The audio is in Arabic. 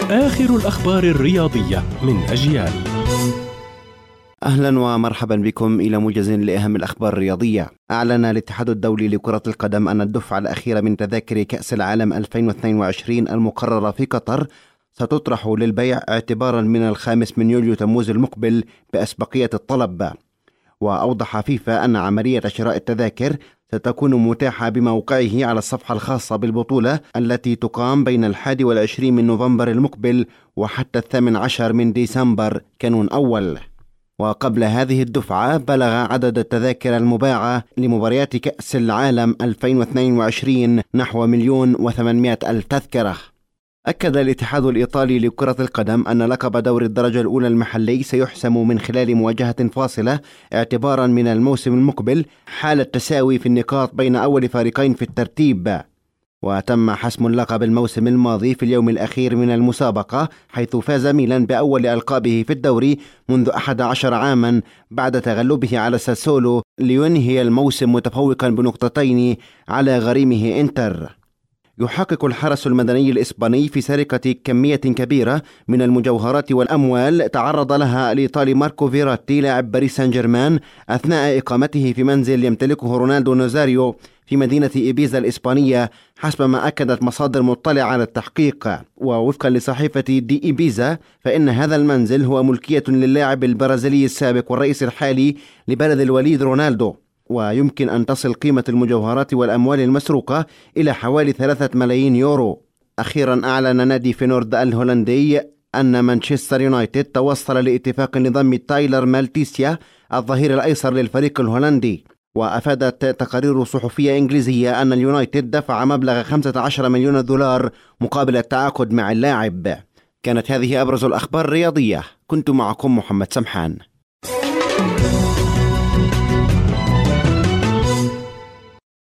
آخر الأخبار الرياضية من أجيال. أهلا ومرحبا بكم إلى موجز لأهم الأخبار الرياضية. أعلن الاتحاد الدولي لكرة القدم أن الدفعة الأخيرة من تذاكر كأس العالم 2022 المقررة في قطر ستطرح للبيع اعتبارا من 5 يوليو تموز المقبل بأسبقية الطلب. وأوضح فيفا أن عملية شراء التذاكر ستكون متاحة بموقعه على الصفحة الخاصة بالبطولة التي تقام بين 21 من نوفمبر المقبل وحتى 18 من ديسمبر كانون أول. وقبل هذه الدفعة بلغ عدد التذاكر المباعة لمباريات كأس العالم 2022 نحو 1,800,000 تذكرة. أكد الاتحاد الإيطالي لكرة القدم أن لقب دوري الدرجة الأولى المحلي سيحسم من خلال مواجهة فاصلة اعتبارا من الموسم المقبل حال التساوي في النقاط بين أول فريقين في الترتيب. وتم حسم اللقب الموسم الماضي في اليوم الأخير من المسابقة، حيث فاز ميلان بأول ألقابه في الدوري منذ 11 عاما بعد تغلبه على ساسولو لينهي الموسم متفوقا بنقطتين على غريمه إنتر. يحقق الحرس المدني الإسباني في سرقة كمية كبيرة من المجوهرات والأموال تعرض لها الإيطالي ماركو فيراتي لاعب باريس سان جيرمان أثناء إقامته في منزل يمتلكه رونالدو نازاريو في مدينة إيبيزا الإسبانية، حسب ما أكدت مصادر مطلعة على التحقيق. ووفقا لصحيفة دي إيبيزا فإن هذا المنزل هو ملكية للاعب البرازيلي السابق والرئيس الحالي لبلد الوليد رونالدو، ويمكن أن تصل قيمة المجوهرات والأموال المسروقة إلى حوالي 3 ملايين يورو. أخيرا أعلن نادي فينورد الهولندي أن مانشستر يونايتد توصل لاتفاق لضم تايلر مالتيسيا الظهير الأيسر للفريق الهولندي. وأفادت تقارير صحفية إنجليزية أن اليونايتد دفع مبلغ 15 مليون دولار مقابل التعاقد مع اللاعب. كانت هذه أبرز الأخبار الرياضية، كنت معكم محمد سمحان.